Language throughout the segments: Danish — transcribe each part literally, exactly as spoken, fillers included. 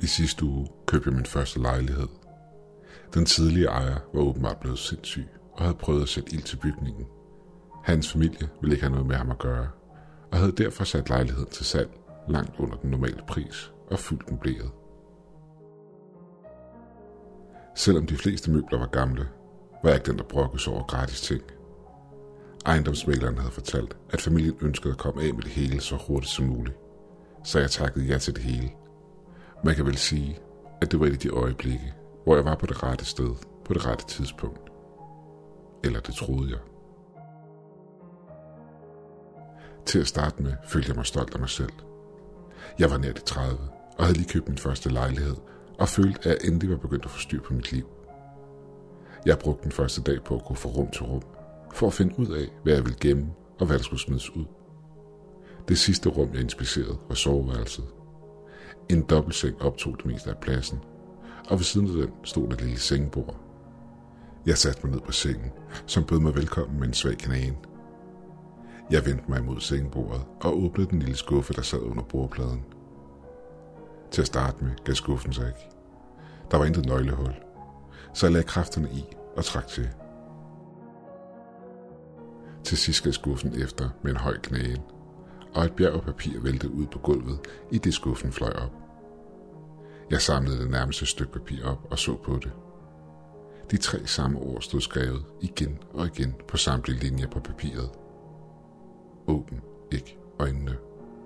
I sidste uge købte jeg min første lejlighed. Den tidligere ejer var åbenbart blevet sindssyg og havde prøvet at sætte ild til bygningen. Hans familie ville ikke have noget med ham at gøre, og havde derfor sat lejligheden til salg langt under den normale pris og fyldt den blæret. Selvom de fleste møbler var gamle, var jeg ikke den, der brokkede over gratis ting. Ejendomsmægleren havde fortalt, at familien ønskede at komme af med det hele så hurtigt som muligt, så jeg takkede ja til det hele. Man kan vel sige, at det var et af de øjeblikke, hvor jeg var på det rette sted, på det rette tidspunkt. Eller det troede jeg. Til at starte med følte jeg mig stolt af mig selv. Jeg var nær de tredive og havde lige købt min første lejlighed og følte, at jeg endelig var begyndt at få styr på mit liv. Jeg brugte den første dag på at gå fra rum til rum, for at finde ud af, hvad jeg ville gemme og hvad der skulle smides ud. Det sidste rum, jeg inspicerede, var soveværelset. En dobbeltseng optog det meste af pladsen, og ved siden af den stod et lille sengebord. Jeg satte mig ned på sengen, som bød mig velkommen med en svag knagen. Jeg vendte mig imod sengebordet og åbnede den lille skuffe, der sad under bordpladen. Til at starte med gav skuffen sig ikke. Der var intet nøglehul, så jeg lagde kræfterne i og trak til. Til sidst gav skuffen efter med en høj knagen, og et bjerg af papir væltede ud på gulvet, i det skuffen fløj op. Jeg samlede det nærmeste stykke papir op og så på det. De tre samme ord stod skrevet igen og igen på samtlige linjer på papiret. Åbn ikke øjnene.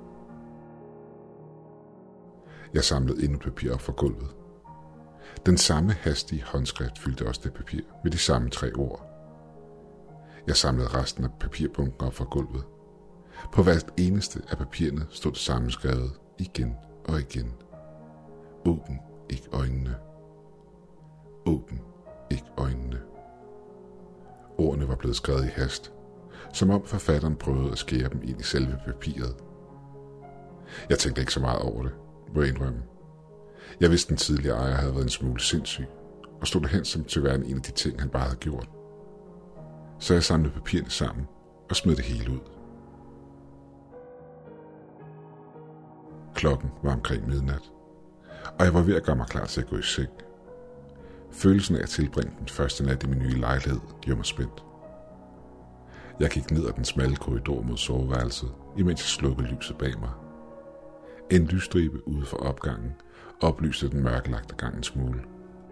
Jeg samlede endnu papir op fra gulvet. Den samme hastige håndskrift fyldte også det papir med de samme tre ord. Jeg samlede resten af papirbunken op fra gulvet. På hvert eneste af papirerne stod det samme skrevet igen og igen. Åbn ikke øjnene. Åbn ikke øjnene. Ordene var blevet skrevet i hast, som om forfatteren prøvede at skære dem ind i selve papiret. Jeg tænkte ikke så meget over det, må jeg indrømme. Jeg vidste, den tidligere ejer havde været en smule sindssyg, og stod det hen som til at være en af de ting, han bare havde gjort. Så jeg samlede papirerne sammen og smed det hele ud. Klokken var omkring midnat, og jeg var ved at gøre mig klar til at gå i seng. Følelsen af at tilbringe den første nat i min nye lejlighed gjorde mig spændt. Jeg gik ned ad den smalle korridor mod soveværelset, imens jeg slukkede lyset bag mig. En lysstribe ude for opgangen oplyste den mørkelagte gang en smule.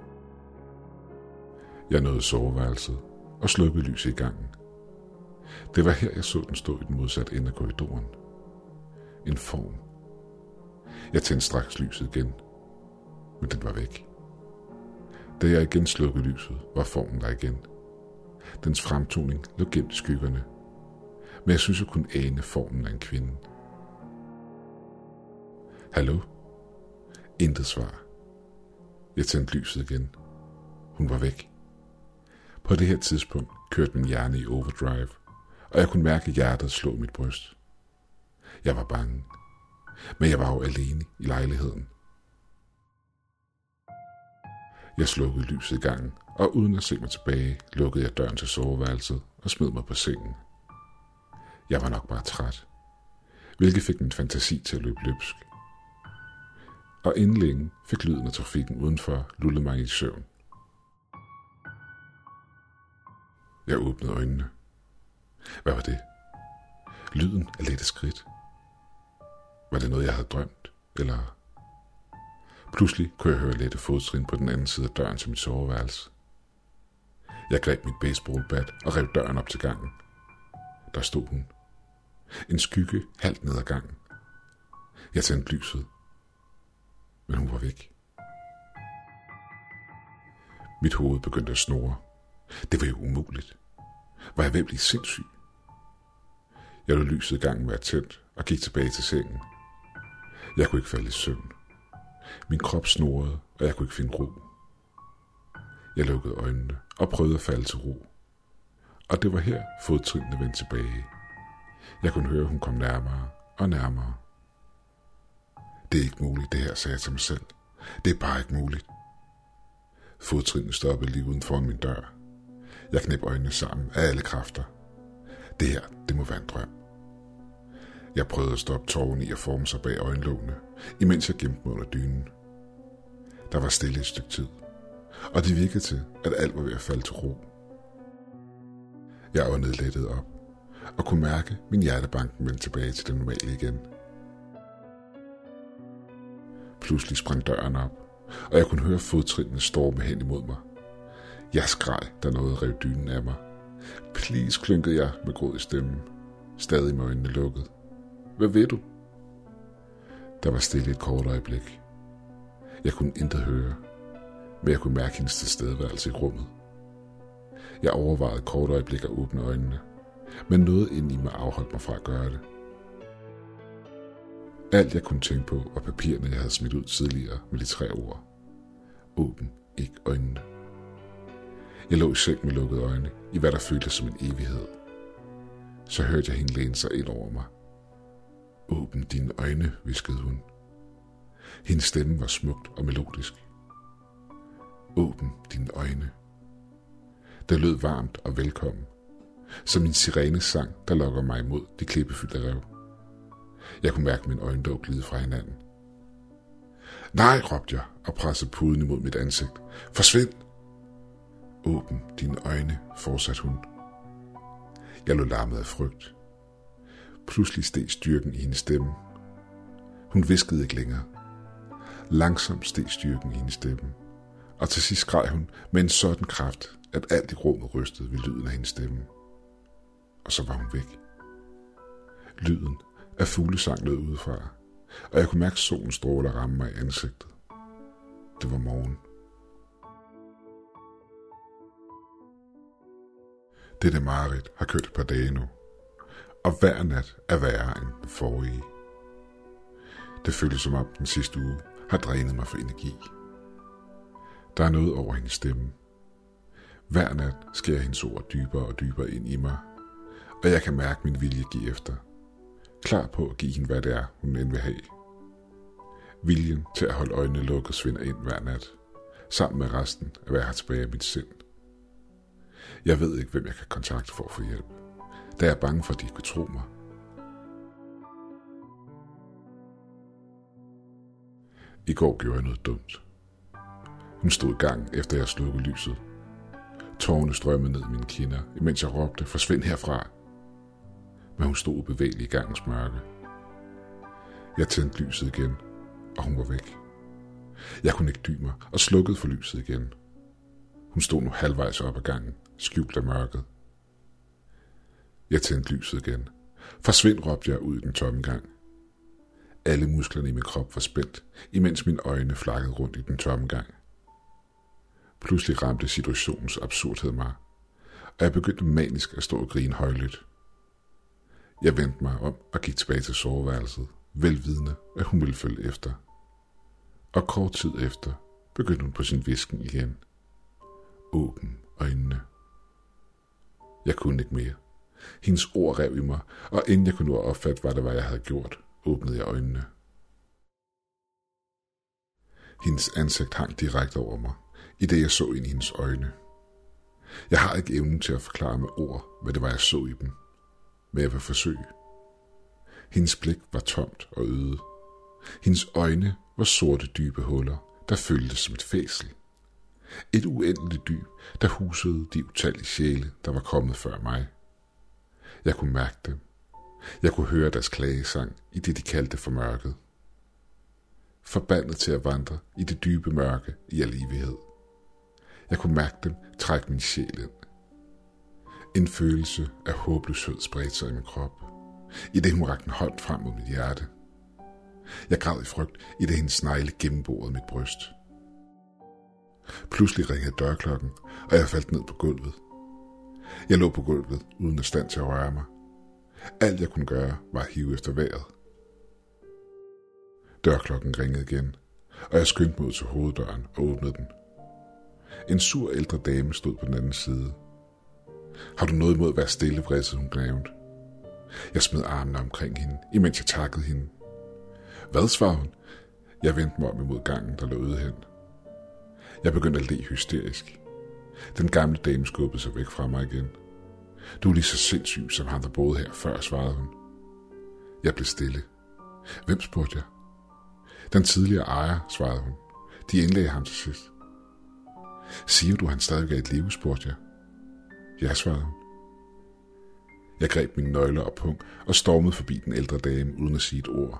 Jeg nåede soveværelset og slukkede lyset i gangen. Det var her, jeg så den stå i den modsatte ende af korridoren. En form. Jeg tændte straks lyset igen, men den var væk. Da jeg igen slukkede lyset, var formen der igen. Dens fremtoning lå gemt i skyggerne, men jeg synes, jeg kunne ane formen af en kvinde. Hallo? Intet svar. Jeg tændte lyset igen. Hun var væk. På det her tidspunkt kørte min hjerne i overdrive, og jeg kunne mærke hjertet slå mit bryst. Jeg var bange, men jeg var jo alene i lejligheden. Jeg slukkede lyset i gangen, og uden at se mig tilbage, lukkede jeg døren til soveværelset og smed mig på sengen. Jeg var nok bare træt, hvilket fik min fantasi til at løbe løbsk. Og inden længe fik lyden af trafikken udenfor lullet mig i søvn. Jeg åbnede øjnene. Hvad var det? Lyden af lette skridt. Var det noget, jeg havde drømt, eller... Pludselig kunne jeg høre lette fodtrin på den anden side af døren til mit soveværelse. Jeg greb mit baseballbat og rev døren op til gangen. Der stod hun. En skygge halvt ned ad gangen. Jeg tændte lyset, men hun var væk. Mit hoved begyndte at snurre. Det var jo umuligt. Var jeg ved at blive sindssyg? Jeg lod lyset i gangen være tændt og gik tilbage til sengen. Jeg kunne ikke falde i søvn. Min krop snurrede, og jeg kunne ikke finde ro. Jeg lukkede øjnene og prøvede at falde til ro. Og det var her, fodtrinene vendte tilbage. Jeg kunne høre, hun kom nærmere og nærmere. Det er ikke muligt, det her, sagde jeg til mig selv. Det er bare ikke muligt. Fodtrinene stoppede lige uden foran min dør. Jeg knep øjnene sammen af alle kræfter. Det her, det må være en drøm. Jeg prøvede at stoppe tårerne i at forme sig bag øjenlågene, imens jeg gemte mig under dynen. Der var stille et stykke tid, og det virkede til, at alt var ved at falde til ro. Jeg åndede lettet op, og kunne mærke, at min hjertebanken vendte tilbage til det normale igen. Pludselig sprang døren op, og jeg kunne høre fodtrinene storme hen imod mig. Jeg skreg, da noget rev dynen af mig. Please, klynkede jeg med gråd i stemmen, stadig med øjnene lukket. Hvad ved du? Der var stille et kort øjeblik. Jeg kunne intet høre, men jeg kunne mærke hendes tilstedeværelse i rummet. Jeg overvejede et kort øjeblik at åbne øjnene, men noget inde i mig afholdt mig fra at gøre det. Alt jeg kunne tænke på var papirerne, jeg havde smidt ud tidligere med de tre ord. Åbn ikke øjnene. Jeg lå i seng med lukkede øjne, i hvad der føltes som en evighed. Så hørte jeg hende læne sig ind over mig. Åbn dine øjne, hviskede hun. Hendes stemme var smukt og melodisk. Åbn dine øjne. Det lød varmt og velkommen, som en sirenesang, der lokker mig imod de klippefyldte rev. Jeg kunne mærke mine øjne dog glide fra hinanden. Nej, råbte jeg og pressede puden imod mit ansigt. Forsvind! Åbn dine øjne, fortsatte hun. Jeg lå lammet af frygt. Pludselig steg styrken i hendes stemme. Hun hviskede ikke længere. Langsomt steg styrken i hendes stemme, og til sidst skreg hun med en sådan kraft, at alt i rummet rystede ved lyden af hendes stemme. Og så var hun væk. Lyden af fuglesang lød udefra, og jeg kunne mærke solens stråler ramme mig i ansigtet. Det var morgen. Dette mareridt har kørt et par dage nu, og hver nat er værre end den forrige. Det føles som om den sidste uge har drænet mig for energi. Der er noget over hendes stemme. Hver nat skærer hendes ord dybere og dybere ind i mig, og jeg kan mærke min vilje give efter. Klar på at give hende, hvad det er, hun end vil have. Viljen til at holde øjnene lukket svinder ind hver nat, sammen med resten af hvad jeg har tilbage af mit sind. Jeg ved ikke, hvem jeg kan kontakte for at få hjælp, da jeg er bange for, at de ikke vil tro mig. I går gjorde jeg noget dumt. Hun stod i gang, efter jeg slukkede lyset. Tårerne strømmede ned i mine kinder, imens jeg råbte, forsvind herfra. Men hun stod ubevægelig i gangens mørke. Jeg tændte lyset igen, og hun var væk. Jeg kunne ikke dy mig og slukkede for lyset igen. Hun stod nu halvvejs op ad gangen, skjult af mørket. Jeg tændte lyset igen. Forsvind, råbte jeg ud i den tomme gang. Alle musklerne i min krop var spændt, imens mine øjne flakkede rundt i den tomme gang. Pludselig ramte situationens absurdhed mig, og jeg begyndte manisk at stå og grine højlydt. Jeg vendte mig om og gik tilbage til soveværelset, velvidende, at hun ville følge efter. Og kort tid efter begyndte hun på sin hvisken igen. Åbn øjnene. Jeg kunne ikke mere. Hendes ord rev i mig, og inden jeg kunne nå at opfatte, hvad det var, jeg havde gjort, åbnede jeg øjnene. Hendes ansigt hang direkte over mig, i det jeg så ind i hendes øjne. Jeg har ikke evnen til at forklare med ord, hvad det var, jeg så i dem, men jeg vil forsøge. Hendes blik var tomt og øde. Hendes øjne var sorte, dybe huller, der føltes som et fængsel. Et uendeligt dyb, der husede de utallige sjæle, der var kommet før mig. Jeg kunne mærke dem. Jeg kunne høre deres klagesang i det, de kaldte for mørket. Forbandet til at vandre i det dybe mørke i al evighed. Jeg kunne mærke dem trække min sjæl ind. En følelse af håbløshed spredte sig i min krop, i det hun rakte en hånd frem mod mit hjerte. Jeg græd i frygt, i det hendes snegle gennemborede mit bryst. Pludselig ringede dørklokken, og jeg faldt ned på gulvet. Jeg lå på gulvet, uden at stand til at røre mig. Alt jeg kunne gøre, var at hive efter vejret. Dørklokken ringede igen, og jeg skyndte mod til hoveddøren og åbnede den. En sur ældre dame stod på den anden side. Har du noget imod at være stille, vridsede hun gnavent. Jeg smed armene omkring hende, imens jeg takkede hende. Hvad, svarede hun? Jeg vendte mig om imod gangen, der lå ude hen. Jeg begyndte at le hysterisk. Den gamle dame skubbede sig væk fra mig igen. Du er lige så sindssyg, som ham, der boede her før, svarede hun. Jeg blev stille. Hvem, spurgte jeg. Den tidligere ejer, svarede hun. De indlagde ham til sidst. Siger du, han stadig er et liv, spurgte jeg. Ja, svarede hun. Jeg greb mine nøgler og pung og stormede forbi den ældre dame uden at sige et ord.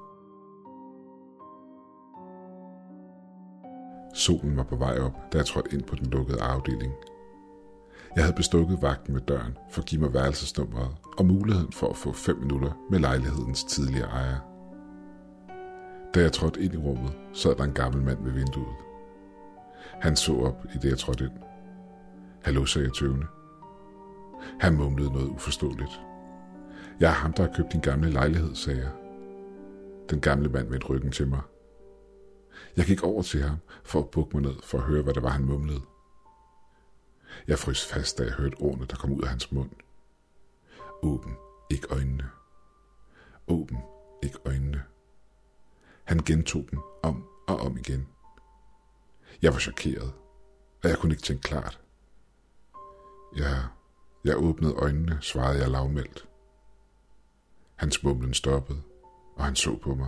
Solen var på vej op, da jeg trådte ind på den lukkede afdeling. Jeg havde bestukket vagten med døren for at give mig værelsesnummeret og muligheden for at få fem minutter med lejlighedens tidligere ejer. Da jeg trådte ind i rummet, sad der en gammel mand ved vinduet. Han så op, i det jeg trådte ind. Hallo, sagde jeg tøvende. Han mumlede noget uforståeligt. Jeg er ham, der har købt din gamle lejlighed, sagde jeg. Den gamle mand vendte ryggen til mig. Jeg gik over til ham for at bukke mig ned for at høre, hvad det var, han mumlede. Jeg frøs fast, da jeg hørte ordene, der kom ud af hans mund. Åbn, ikke øjnene. Åbn, ikke øjnene. Han gentog dem om og om igen. Jeg var chokeret, og jeg kunne ikke tænke klart. Jeg, jeg åbnede øjnene, svarede jeg lavmældt. Hans mumlen stoppede, og han så på mig.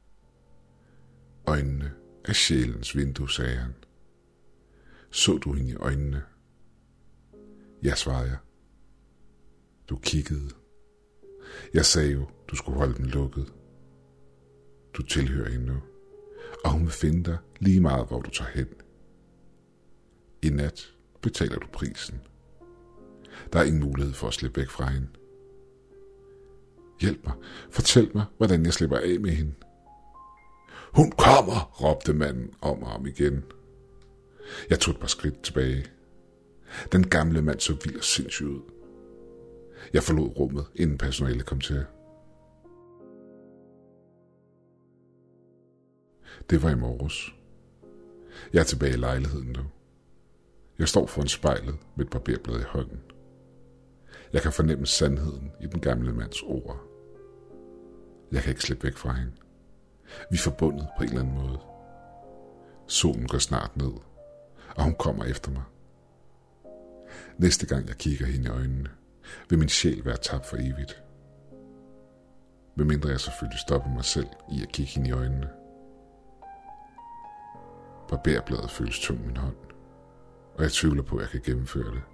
Øjnene er sjælens vindue, sagde han. Så du hende i øjnene? Ja, svarede jeg. Du kiggede. Jeg sagde jo, du skulle holde dem lukket. Du tilhører hende nu, og hun vil finde dig lige meget, hvor du tager hen. I nat betaler du prisen. Der er ingen mulighed for at slippe væk fra hende. Hjælp mig, fortæl mig, hvordan jeg slipper af med hende. Hun kommer, råbte manden om og om igen. Jeg tog et par skridt tilbage. Den gamle mand så vild og sindssyg ud. Jeg forlod rummet, inden personalet kom til. Det var i morges. Jeg er tilbage i lejligheden nu. Jeg står foran spejlet med et barberblad i hånden. Jeg kan fornemme sandheden i den gamle mands ord. Jeg kan ikke slippe væk fra hende. Vi er forbundet på en eller anden måde. Solen går snart ned, og hun kommer efter mig. Næste gang jeg kigger hende i øjnene, vil min sjæl være tabt for evigt. Medmindre jeg selvfølgelig stopper mig selv i at kigge hende i øjnene. Barberbladet føles tung i min hånd, og jeg tvivler på, at jeg kan gennemføre det.